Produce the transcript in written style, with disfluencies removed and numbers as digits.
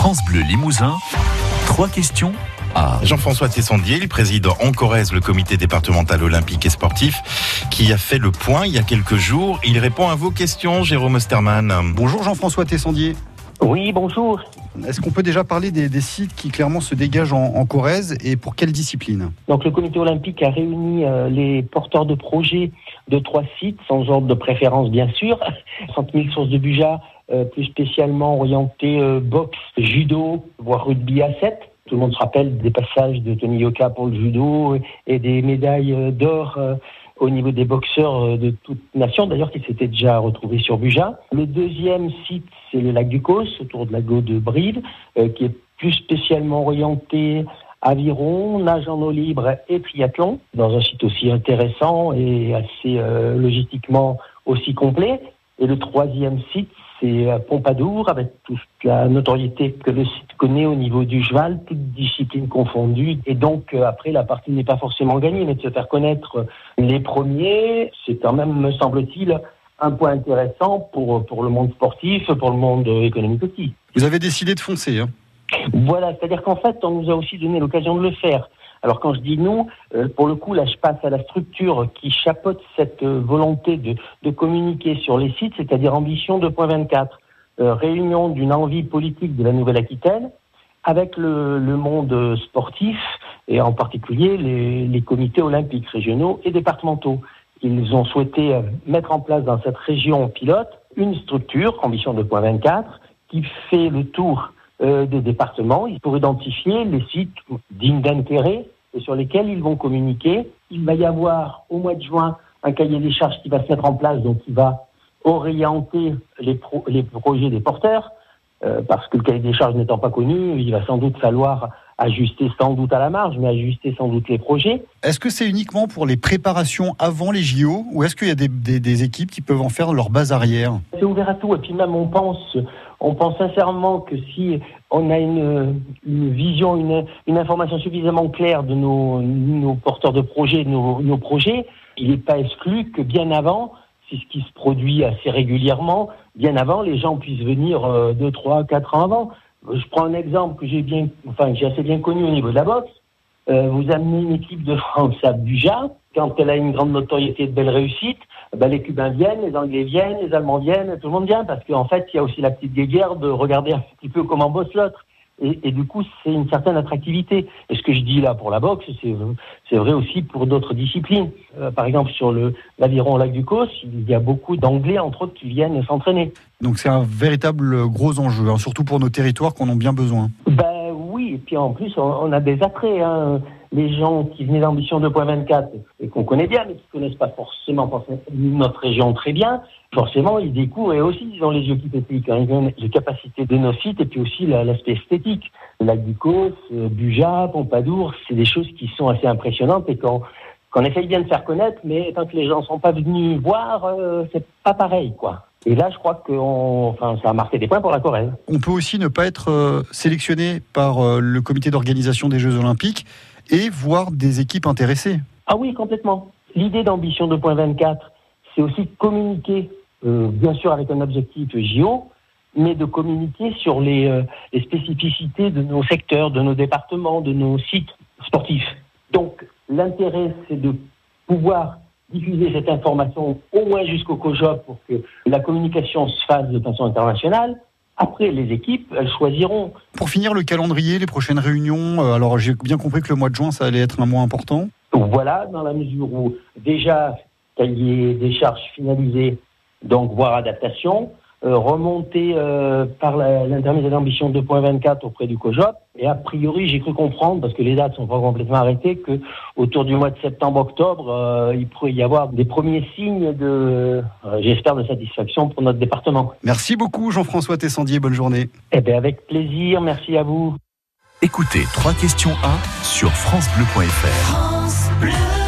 France Bleu Limousin, 3 questions à Jean-François Tessandier, il préside en Corrèze le comité départemental olympique et sportif qui a fait le point il y a quelques jours. Il répond à vos questions, Jérôme Osterman. Bonjour Jean-François Tessandier. Oui, bonjour. Est-ce qu'on peut déjà parler des sites qui clairement se dégagent en Corrèze et pour quelle discipline ? Donc le comité olympique a réuni les porteurs de projets de 3 sites, sans ordre de préférence bien sûr. Centre Mille Sources de Bugeat, plus spécialement orienté boxe, judo, voire rugby à 7. Tout le monde se rappelle des passages de Tony Yoka pour le judo et des médailles d'or au niveau des boxeurs de toute nation, d'ailleurs, qui s'étaient déjà retrouvés sur Bugeat. Le deuxième site, c'est le lac du Causse, autour de lago de Brive, qui est plus spécialement orienté aviron, nage en eau libre et triathlon, dans un site aussi intéressant et assez logistiquement aussi complet. Et le troisième site, c'est Pompadour, avec toute la notoriété que le site connaît au niveau du cheval, toutes disciplines confondues. Et donc, après, la partie n'est pas forcément gagnée, mais de se faire connaître les premiers, c'est quand même, me semble-t-il, un point intéressant pour le monde sportif, pour le monde économique aussi. Vous avez décidé de foncer, hein ? Voilà, c'est-à-dire qu'en fait, on nous a aussi donné l'occasion de le faire. Alors quand je dis nous, pour le coup, là je passe à la structure qui chapeaute cette volonté de communiquer sur les sites, c'est-à-dire Ambition 2.24, réunion d'une envie politique de la Nouvelle-Aquitaine avec le monde sportif et en particulier les comités olympiques régionaux et départementaux. Ils ont souhaité mettre en place dans cette région pilote une structure, Ambition 2.24, qui fait le tour des départements pour identifier les sites dignes d'intérêt et sur lesquels ils vont communiquer. Il va y avoir au mois de juin un cahier des charges qui va se mettre en place, donc qui va orienter les projets des porteurs, parce que le cahier des charges n'étant pas connu, il va sans doute falloir ajuster sans doute à la marge, mais ajuster sans doute les projets. Est-ce que c'est uniquement pour les préparations avant les JO ou est-ce qu'il y a des équipes qui peuvent en faire leur base arrière ? C'est ouvert à tout et puis même on pense sincèrement que si on a une vision, une information suffisamment claire de nos porteurs de projets, de nos projets, il n'est pas exclu que bien avant, c'est ce qui se produit assez régulièrement, bien avant, les gens puissent venir 2, 3, 4 ans avant. Je prends un exemple que j'ai assez bien connu au niveau de la boxe. Vous amenez une équipe de France à Bugeat, quand elle a une grande notoriété, de belles réussites, les Cubains viennent, les Anglais viennent, les Allemands viennent, tout le monde vient, parce qu'en fait, il y a aussi la petite guéguerre de regarder un petit peu comment bosse l'autre. Et du coup, c'est une certaine attractivité. Et ce que je dis là pour la boxe, c'est vrai aussi pour d'autres disciplines. Par exemple, sur l'aviron au lac du Causse, il y a beaucoup d'Anglais, entre autres, qui viennent s'entraîner. Donc c'est un véritable gros enjeu, hein, surtout pour nos territoires qu'on en a bien besoin. Oui, et puis en plus, on a des attraits. Hein. Les gens qui venaient d'Ambition 2.24 et qu'on connaît bien, mais qui ne connaissent pas forcément notre région très bien, forcément, ils découvrent et aussi ils ont les yeux qui pétillent quand ils ont les capacités de nos sites et puis aussi l'aspect esthétique. Le lac du Causse, Bugeat, Pompadour, c'est des choses qui sont assez impressionnantes et qu'on essaye bien de faire connaître, mais tant que les gens ne sont pas venus voir, c'est pas pareil, quoi. Et là, je crois que ça a marqué des points pour la Corrèze. On peut aussi ne pas être sélectionné par le comité d'organisation des Jeux Olympiques et voir des équipes intéressées. Ah oui, complètement. L'idée d'Ambition 2.24, c'est aussi de communiquer, bien sûr avec un objectif JO, mais de communiquer sur les spécificités de nos secteurs, de nos départements, de nos sites sportifs. Donc, l'intérêt, c'est de pouvoir diffuser cette information au moins jusqu'au COJOP pour que la communication se fasse de façon internationale. Après, les équipes, elles choisiront. Pour finir, le calendrier, les prochaines réunions, alors j'ai bien compris que le mois de juin, ça allait être un mois important. Voilà, dans la mesure où déjà, cahier des charges finalisé, donc voire adaptation, remonter par l'intermédiaire d'Ambition 2.24 auprès du COJOP. Et a priori, j'ai cru comprendre, parce que les dates sont pas complètement arrêtées, que autour du mois de septembre-octobre, il pourrait y avoir des premiers signes j'espère, de satisfaction pour notre département. Merci beaucoup Jean-François Tessandier, bonne journée. Avec plaisir, merci à vous. Écoutez 3 questions à sur francebleu.fr. France Bleu.